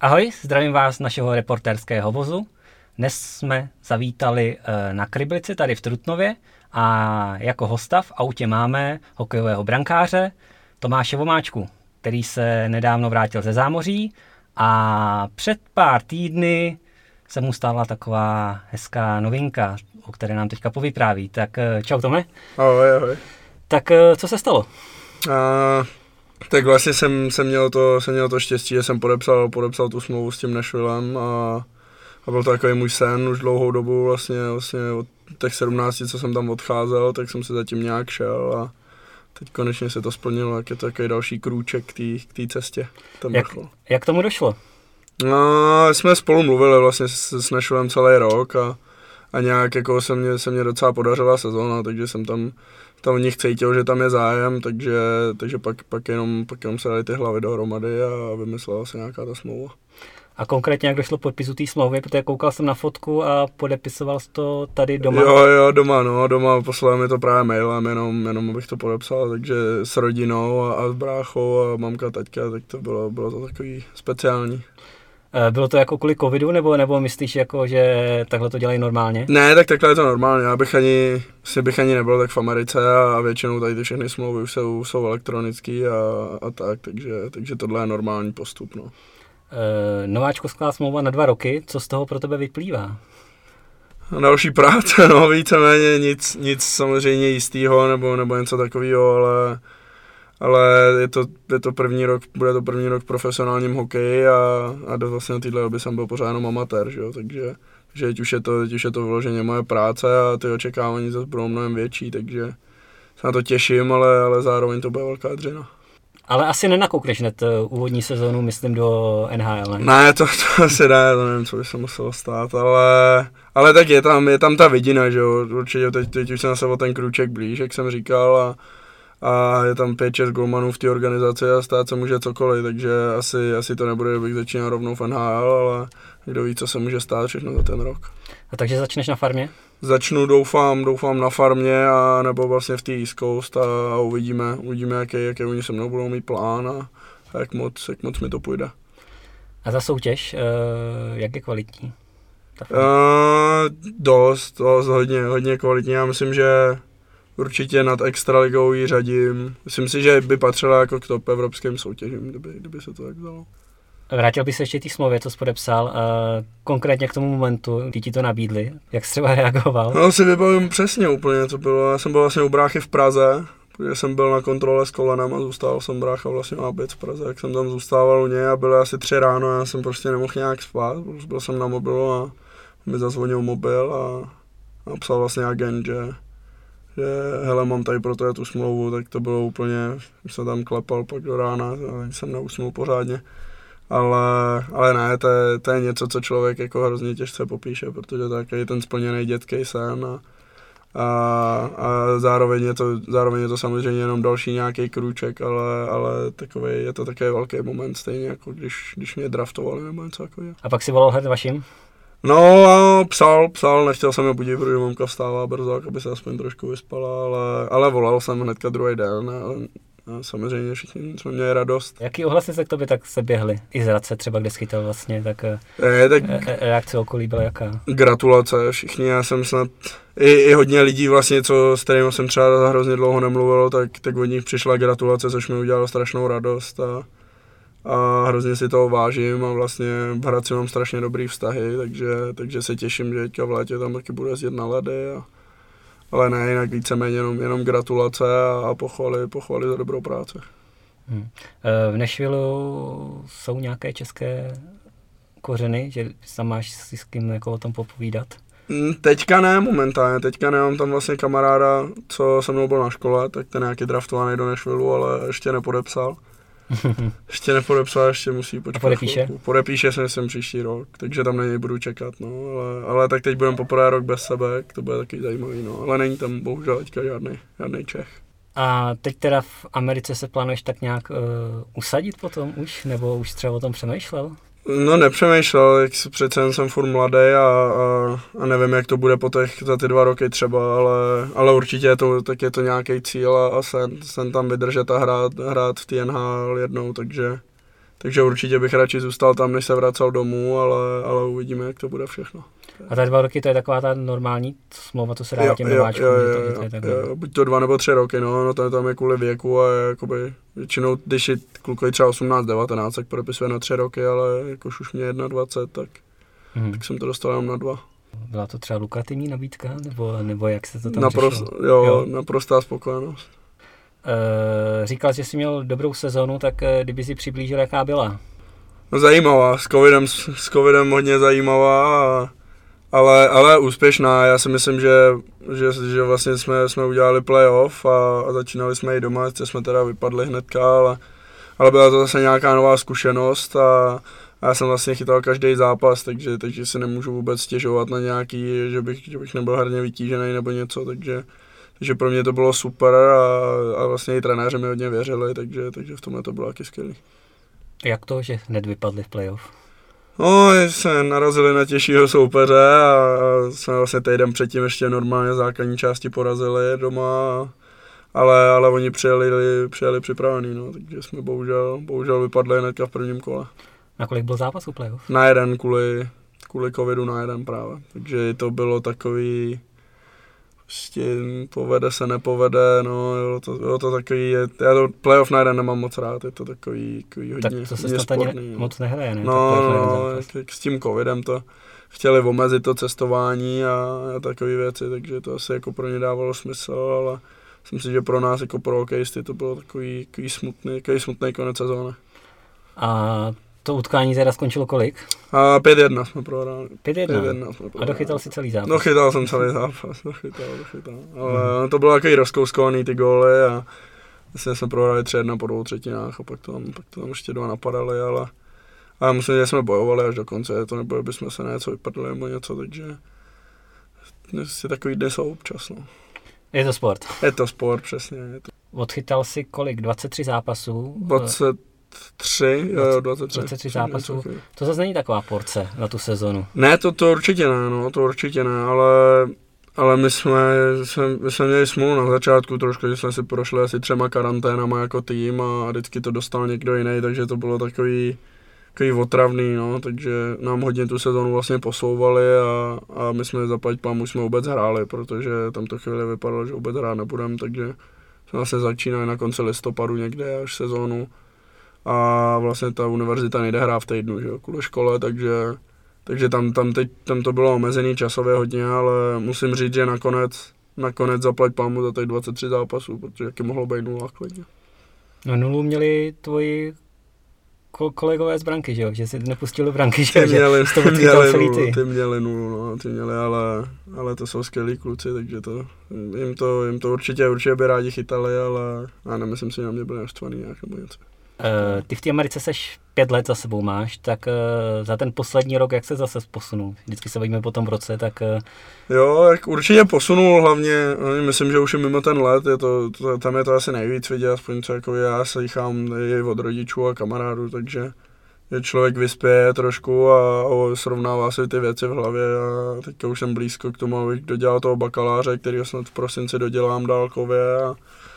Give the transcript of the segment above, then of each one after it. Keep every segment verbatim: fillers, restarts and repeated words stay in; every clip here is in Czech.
Ahoj, zdravím vás z našeho reportérského vozu. Dnes jsme zavítali na Kryblici tady v Trutnově a jako hosta v autě máme hokejového brankáře Tomáše Vomáčku, který se nedávno vrátil ze zámoří a před pár týdny se mu stala taková hezká novinka, o které nám teďka povypráví. Tak čau Tome. Ahoj, ahoj. Tak co se stalo? A, tak vlastně jsem, jsem, měl to, jsem měl to štěstí, že jsem podepsal, podepsal tu smlouvu s tím Nashvillem a, a byl to takový můj sen už dlouhou dobu, vlastně, vlastně od těch sedmnácti, co jsem tam odcházel, tak jsem se zatím nějak šel a teď konečně se to splnilo, jak je to takový další krůček k té cestě. Jak, jak tomu došlo? No, jsme spolu mluvili vlastně s, s Nashvillem celý rok a, a nějak jako se mě, se mě docela podařila sezóna, takže jsem tam tam od nich cítil, že tam je zájem, takže, takže pak, pak, jenom, pak jenom se dali ty hlavy dohromady a vymyslela se nějaká ta smlouva. A konkrétně jak došlo k podpisu té smlouvy, protože koukal jsem na fotku a podepisoval jsi to tady doma? Jo, jo, doma, no, doma poslal mi to právě mailem, jenom, jenom abych to podepsal, takže s rodinou a, a s bráchou a mamka, taťka, tak to bylo, bylo to takový speciální. Bylo to jako kvůli covidu, nebo, nebo myslíš, jako, že takhle to dělají normálně? Ne, tak takhle je to normálně, já bych ani, si bych ani nebyl tak v Americe a, a většinou tady ty všechny smlouvy už jsou, jsou elektronický a, a tak, takže, takže tohle je normální postup, no. E, nováčkovská smlouva na dva roky, co z toho pro tebe vyplývá? Další práce, no, víceméně nic, nic samozřejmě jistýho nebo, nebo něco takového, ale ale je to, je to první rok, bude to první rok v profesionálním hokeji a, a do vlastně téhle doby jsem byl pořád jenom amatér, že jo, takže, takže teď už je to, teď už je to vyloženě moje práce a ty očekávání zase budou mnohem větší, takže se na to těším, ale, ale zároveň to bude velká dřina. Ale asi nenakoukneš hned úvodní sezónu, myslím, do N H L, ne? Ne, to, to asi ne, to nevím, co by se muselo stát, ale, ale tak je tam, je tam ta vidina, že jo, určitě teď, teď už jsem se o ten krůček blíž, jak jsem říkal, a a je tam pět šest golmanů v té organizaci a stát se může cokoliv, takže asi, asi to nebude, kdybych začínal rovnou v N H L, ale kdo ví, co se může stát všechno za ten rok. A takže začneš na farmě? Začnu, doufám, doufám na farmě a nebo vlastně v té East Coast a uvidíme, uvidíme, jaký, jaký oni se mnou budou mít plán a, a jak moc, jak moc mi to půjde. A za soutěž, jak je kvalitní? Uh, dost, dost, hodně, hodně kvalitní, já myslím, že určitě nad extraligou ji řadím. Myslím si, že by patřila jako k top evropským soutěžím, kdyby, kdyby se to tak dalo. Vrátil bych se ještě té smlouvě, co jsi podepsal, uh, konkrétně k tomu momentu, kdy ti to nabídli, jak jsi třeba reagoval? No si vybavím přesně úplně, co bylo. Já jsem byl vlastně u bráchy v Praze, protože jsem byl na kontrole s kolenem a zůstával jsem brácha vlastně na oběd v Praze, jak jsem tam zůstával u něj a bylo asi tři ráno a já jsem prostě nemohl nějak spát, byl jsem na mobilu a mi zazvonil mobil a, a psal vlastně agent, že že hele, mám tady pro to tu smlouvu, tak to bylo úplně, už jsem tam klepal pak do rána, jsem neusnul pořádně, ale, ale ne, to je, to je něco, co člověk jako hrozně těžce popíše, protože to je takový ten splněný dětský sen a, a, a zároveň, je to, zároveň je to samozřejmě jenom další nějaký krůček, ale, ale takový, je to takový velký moment, stejně jako když, když mě draftovali nebo něco takového. A pak si volal hned vaším? No a psal, psal, nechtěl jsem je budit, protože mamka vstává brzo, aby se aspoň trošku vyspala, ale, ale volal jsem hnedka druhý den a, a samozřejmě všichni jsme měli radost. Jaký ohlasy se k tobě tak se běhly? I z Radce třeba, kde schytal vlastně, tak, je, tak reakce okolí byla jaká? Gratulace, všichni, já jsem snad, i, i hodně lidí vlastně, co, s kterými jsem třeba za hrozně dlouho nemluvil, tak, tak od nich přišla gratulace, což mi udělalo strašnou radost a a hrozně si toho vážím a vlastně v Hradci mám strašně dobrý vztahy, takže, takže se těším, že teďka v létě tam taky budu jezdit na ledy, a, ale ne, jinak víceméně jenom, jenom gratulace a, a pochvaly, pochvaly za dobrou práci. Hmm. V Nashvillu jsou nějaké české kořeny, že tam máš si s kým jako o tom popovídat? Teďka ne, momentálně, teďka nemám tam vlastně kamaráda, co se mnou byl na škole, tak ten nějaký draftovaný do Nashvillu, ale ještě nepodepsal. Ještě nepodepsal, ještě musí počkat. A podepíše? Chvilku. Podepíše se myslím příští rok, takže tam na něj budu čekat, no, ale, ale tak teď budeme poprvé rok bez sebe, to bude taky zajímavý, no, ale není tam bohužel teďka žádný, žádný Čech. A teď teda v Americe se plánuješ tak nějak uh, usadit potom už, nebo už třeba o tom přemýšlel? No nepřemýšlel, jak přece jsem furt mladý a, a, a nevím, jak to bude po těch, za ty dva roky třeba, ale, ale určitě je to, tak je to nějaký cíl a, a sen, sen tam vydržet a hrát, hrát v té N H L jednou, takže, takže určitě bych radši zůstal tam, než se vracel domů, ale, ale uvidíme, jak to bude všechno. A ta dva roky, to je taková ta normální smlouva, co se dá těm nováčkům? Jo, jo, jo, jo, jo, buď to dva nebo tři roky, no, no to tam je kvůli věku a je, jakoby, většinou, když je klukovi třeba osmnáct devatenáct, tak podepisuje na tři roky, ale jakož už mě dvacet jedna, tak, hmm. tak jsem to dostal jenom na dva. Byla to třeba lukrativní nabídka, nebo, nebo jak se to tam Naprost, řešilo? Jo, jo, naprostá spokojenost. Uh, říkal, že jsi měl dobrou sezonu, tak uh, kdyby si přiblížil, jaká byla? No zajímavá, s covidem, s covidem hodně zajímavá, a, ale, ale úspěšná. Já si myslím, že, že, že vlastně jsme, jsme udělali playoff a, a začínali jsme i doma, že jsme teda vypadli hnedka, ale, ale byla to zase nějaká nová zkušenost a, a já jsem vlastně chytal každý zápas, takže, takže si nemůžu vůbec stěžovat na nějaký, že bych, že bych nebyl herně vytížený nebo něco, takže, takže pro mě to bylo super a, a vlastně i trenéři mi hodně věřili, takže, takže v tomhle to bylo taky skvělý. Jak to, že hned vypadli v playoff? No, jsme narazili na těžšího soupeře a jsme vlastně týden předtím ještě normálně základní části porazili doma, ale, ale oni přijeli, přijeli připravený, no, takže jsme bohužel, bohužel vypadli hnedka v prvním kole. Na kolik byl zápasů playoff? Na jeden, kvůli, kvůli covidu na jeden právě, takže to bylo takový, prostě povede se, nepovede, no, bylo to, bylo to takový, já to playoff na jeden nemám moc rád, je to takový, takový hodně, tak to se snad moc nehraje, ne? No, no, s tím covidem to chtěli omezit to cestování a, a takové věci, takže to asi jako pro ně dávalo smysl, ale myslím si, že pro nás jako pro hokejisty to bylo takový, takový smutný, takový smutný konec sezóny. A to utkání teda skončilo kolik? A pět jedna jsme prohráli. pět jedna? A dochytal si celý zápas? Dochytal jsem celý zápas, dochytal, dochytal. Ale hmm. to bylo takový rozkouskovaný ty góly a vlastně jsme prohráli tři jedna po dvou třetinách a pak to tam, pak to tam ještě dva napadali, ale a myslím, že jsme bojovali až do konce, to nebo bychom se na něco vypadli nebo něco, takže si takový dny jsou občas, no. Je to sport. Je to sport, přesně. Je to. Odchytal si kolik? dvacet tři zápasů? dvacet tři, jo, dvacet tři. dvacet tři zápasů. To zase není taková porce na tu sezonu. Ne, to, to určitě ne, no, to určitě ne, ale, ale my jsme, jsme, my jsme měli smůlu na začátku trošku, že jsme si prošli asi třema karanténama jako tým a vždycky to dostal někdo jiný, takže to bylo takový, takový otravný, no, takže nám hodně tu sezonu vlastně posouvali a, a my jsme zaplať pámu jsme vůbec hráli, protože tam to chvíli vypadalo, že vůbec hrát nebudeme, takže jsme vlastně začínali na konci listopadu někde až sezónu. A vlastně ta univerzita nejde hrát v týdnu, že jo, kvůli škole, takže, takže tam, tam, teď, tam to bylo omezený časově hodně, ale musím říct, že nakonec, nakonec zaplať pámu za těch dvacet tři zápasů, protože jaký mohlo být nula klidně. No nulu měli tvoji kolegové z branky, že jo, že si nepustili do branky, že jo, že měli, to měli celý nulu, ty. ty měli nulu, no, ty měli, ale, ale to jsou skvělí kluci, takže to, jim to, jim to určitě, určitě by rádi chytali, ale já nemyslím si, že na mě byli naštvaný nějak nebo něco. Uh, ty v té Americe seš pět let za sebou máš, tak uh, za ten poslední rok, jak se zase posunul? Vždycky se bavíme po tom roce, tak... Uh... Jo, jak určitě posunul, hlavně, myslím, že už je mimo ten let, je to, to, tam je to asi nejvíc vidět, aspoň co jako já slychám i od rodičů a kamarádů, takže je člověk vyspěje trošku a, a srovnává si ty věci v hlavě a teďka už jsem blízko k tomu, abych dodělal toho bakaláře, kterýho snad v prosinci dodělám dálkově a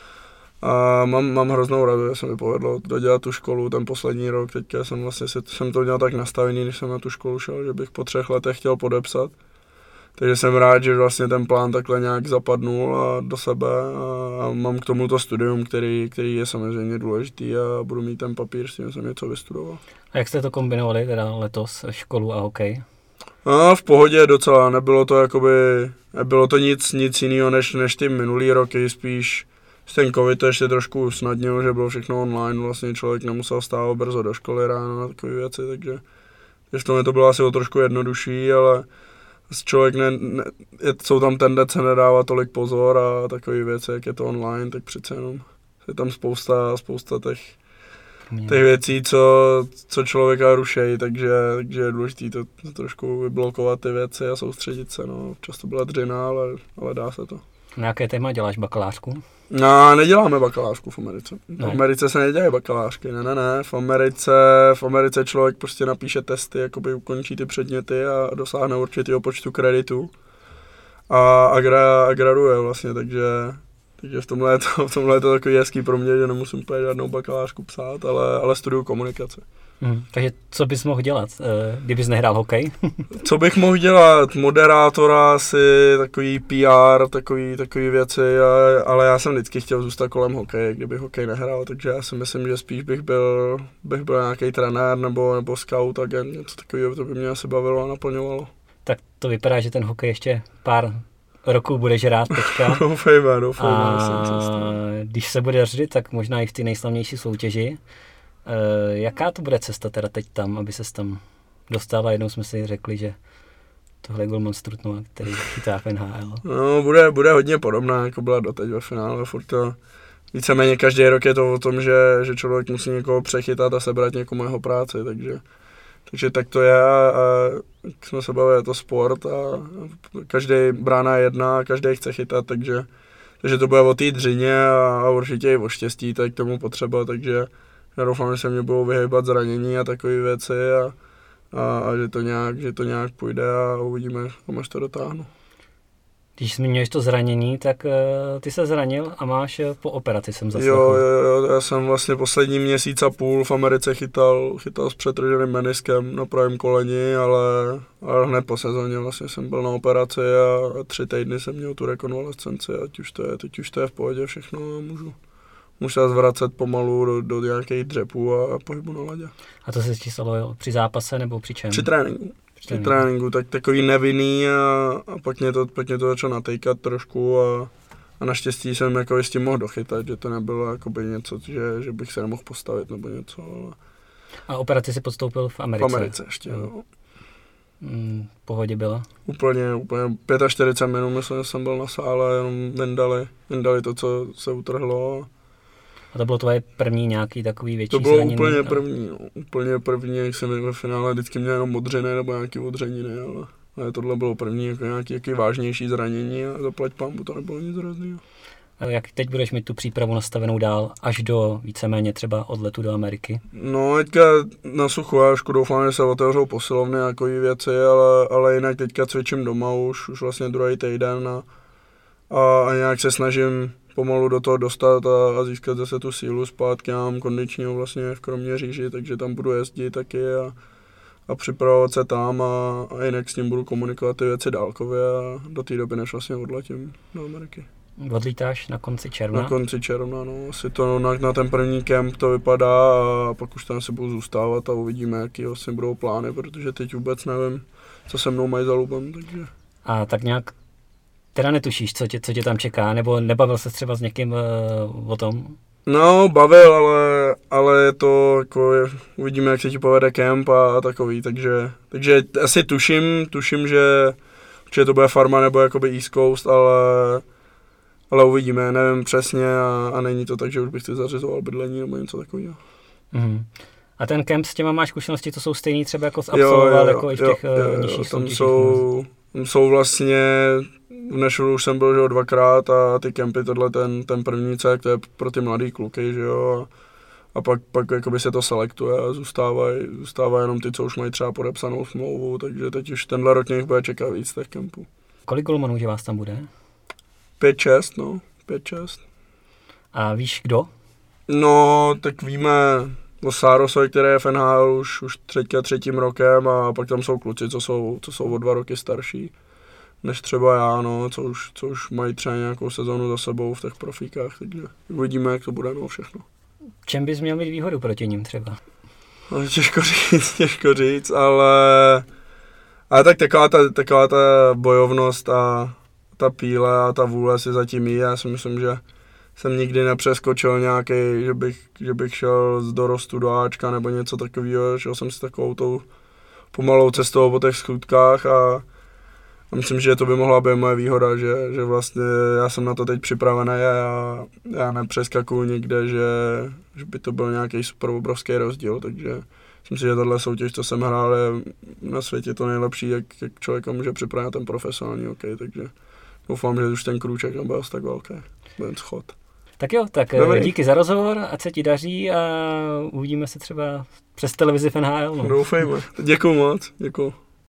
A mám, mám hroznou radu, že se mi povedlo dodělat tu školu ten poslední rok. Teďka jsem vlastně si, jsem to měl tak nastavený, když jsem na tu školu šel, že bych po třech letech chtěl podepsat. Takže jsem rád, že vlastně ten plán takhle nějak zapadnul a do sebe a, a mám k tomu to studium, který, který je samozřejmě důležitý a budu mít ten papír, s tím jsem něco vystudoval. A jak jste to kombinovali teda letos, školu a hokej? No, v pohodě docela, nebylo to jakoby, nebylo to nic, nic jiného než, než ty minulý roky, spíš ten covid to ještě trošku usnadnil, že bylo všechno online, vlastně člověk nemusel stávat brzo do školy ráno na takové věci, takže v tom to bylo asi o trošku jednodušší, ale člověk ne, ne, jsou tam tendence nedávat tolik pozor a takové věci, jak je to online, tak přece jenom je tam spousta, spousta těch, těch věcí, co, co člověka rušejí, takže, takže je důležité to, to trošku vyblokovat ty věci a soustředit se, no, občas to byla dřina, ale, ale dá se to. Na jaké téma děláš bakalářku? No, neděláme bakalářku v Americe. Ne. V Americe se nedělají bakalářky, ne, ne, ne. V Americe, v Americe člověk prostě napíše testy, jakoby ukončí ty předměty a dosáhne určitého počtu kreditů a, a, gra, a graduje vlastně, takže, takže v tomhle je to, v tomhle je to takový hezký pro mě, že nemusím úplně žádnou bakalářku psát, ale, ale studuju komunikaci. Hmm, takže co bys mohl dělat, kdybys nehrál hokej? Co bych mohl dělat? Moderátora, asi takový P R, takový, takový věci, ale já jsem vždycky chtěl zůstat kolem hokeje, kdyby hokej nehrál, takže já si myslím, že spíš bych byl, bych byl nějaký trenér nebo, nebo scout, agent, něco takového, to by mě asi bavilo a naplňovalo. Tak to vypadá, že ten hokej ještě pár roků budeš rád teďka. Doufejme, doufejme. A když se bude dařit, tak možná i v ty nejslavnější soutěži. E, jaká to bude cesta teda teď tam, aby ses tam dostal? A jednou jsme si řekli, že tohle je golman z Trutnova, který chytá v N H L. No, bude, bude hodně podobná, jako byla doteď ve finále. Furt to, víceméně každý rok je to o tom, že, že člověk musí někoho přechytat a sebrat někomu jeho práci, takže, takže tak to je a, a jak jsme se bavili, je to sport a každý brána je jedna a každý chce chytat, takže, takže to bude o té dřině a, a určitě i o štěstí, to je k tomu potřeba, takže já doufám, že se mě budou vyhýbat zranění a takové věci a, a, a že, to nějak, že to nějak půjde a uvidíme, kam až to dotáhnu. Když zmiňuješ to zranění, tak uh, ty se zranil a máš uh, po operaci jsem zaslechl. Jo, jo, jo, já jsem vlastně poslední měsíc a půl v Americe chytal, chytal s přetrženým meniskem na pravém koleni, ale, ale hned po sezóně vlastně jsem byl na operaci a, a tři týdny jsem měl tu rekonvalescenci, ať už to je, teď už to je v pohodě všechno a můžu. Musel zvracet pomalu do, do nějakých dřepů a, a pohybu na ledě. A to se ti stalo při zápase nebo při čem? Při tréninku. Při tréninku, tréninku tak takový nevinný a, a pak mě to, pak mě to začalo natejkat trošku a, a naštěstí jsem jako s tím mohl dochytat, že to nebylo jakoby něco, že, že bych se nemohl postavit nebo něco. Ale... A operaci si podstoupil v Americe? V Americe ještě, jo. No. Mm, pohodě byla? Úplně, úplně čtyřicet pět minut, myslím, že jsem byl na sále, jenom vyndali, vyndali to, co se utrhlo. A to bylo tvoje první nějaký takový větší To bylo zranění? úplně první, no. Úplně první, jak jsem ve finále vždycky měl jenom modřiny nebo nějaký odřeniny, ale, ale tohle bylo první jako nějaký, nějaký vážnější zranění a zaplať pambu, to nebylo nic hroznýho. A jak teď budeš mít tu přípravu nastavenou dál až do víceméně třeba odletu do Ameriky? No teďka na suchu, já ještě doufám, že se otevřou posilovny a takové věci, ale, ale jinak teďka cvičím doma už, už vlastně druhý týden a, a, a nějak se snažím pomalu do toho dostat a, a získat zase tu sílu zpátky. Já mám kondičního vlastně v Kroměříži, takže tam budu jezdit taky a, a připravovat se tam a, a jinak s ním budu komunikovat ty věci dálkově a do té doby, než vlastně odletím do Ameriky. Odlítáš na konci června? Na konci června, no. Asi to na, na ten první kemp to vypadá a pak už tam si budu zůstávat a uvidíme, jaký vlastně budou plány, protože teď vůbec nevím, co se mnou mají za lubem, takže... A tak nějak teda netušíš, co tě, co tě tam čeká, nebo nebavil se třeba s někým uh, o tom? No, bavil, ale, ale je to jako, je, uvidíme, jak se ti povede kemp a, a takový, takže, takže asi tuším, tuším, že určitě to bude farma nebo jakoby East Coast, ale, ale uvidíme, nevím přesně a, a není to tak, že už bych si zařizoval bydlení nebo něco takového. Mm-hmm. A ten kemp s těma máš zkušenosti, to jsou stejný třeba jako absolvoval, jako i v těch jo, jo, nižších tam soutěžích? Jsou, tam jsou vlastně, v Nashvillu už jsem byl že jo, dvakrát a ty kempy, tohle ten, ten první cek, to je pro ty mladý kluky, že jo, a pak, pak jakoby se to selektuje a zůstávají zůstává jenom ty, co už mají třeba podepsanou smlouvu, takže teď už tenhle rok nich bude čekat víc těch kempů. Kolik golmanů, že vás tam bude? Pět, šest, no, pět, šest. A víš kdo? No, tak víme o Sárosovi, který je v N H L už, už třetí, třetím rokem a pak tam jsou kluci, co jsou, co jsou o dva roky starší než třeba já, no, co už, co už mají třeba nějakou sezonu za sebou v těch profíkách, takže uvidíme, jak to bude, no, všechno. Čem bys měl mít výhodu proti ním třeba? No, těžko říct, těžko říct, ale, ale tak taková ta, taková ta bojovnost a ta píle a ta vůle si zatím jí, já si myslím, že jsem nikdy nepřeskočil nějaký, že bych, že bych šel z dorostu do Ačka nebo něco takového, šel jsem si takovou tou pomalou cestou po těch schůdkách a, a myslím, že to by mohla být moje výhoda, že, že vlastně já jsem na to teď připravený a já, já nepřeskakuju nikde, že, že by to byl nějaký super obrovský rozdíl, takže myslím si, že tahle soutěž, co jsem hrál, je na světě to nejlepší, jak, jak člověka může připravit ten profesionální hokej, takže doufám, že už ten krůček nebyl tak velký, ten schod. Tak jo, tak Dobrý. Díky za rozhovor, ať se ti daří a uvidíme se třeba přes televizi v N H L. No. Doufejme. Děkuju moc, děkuju.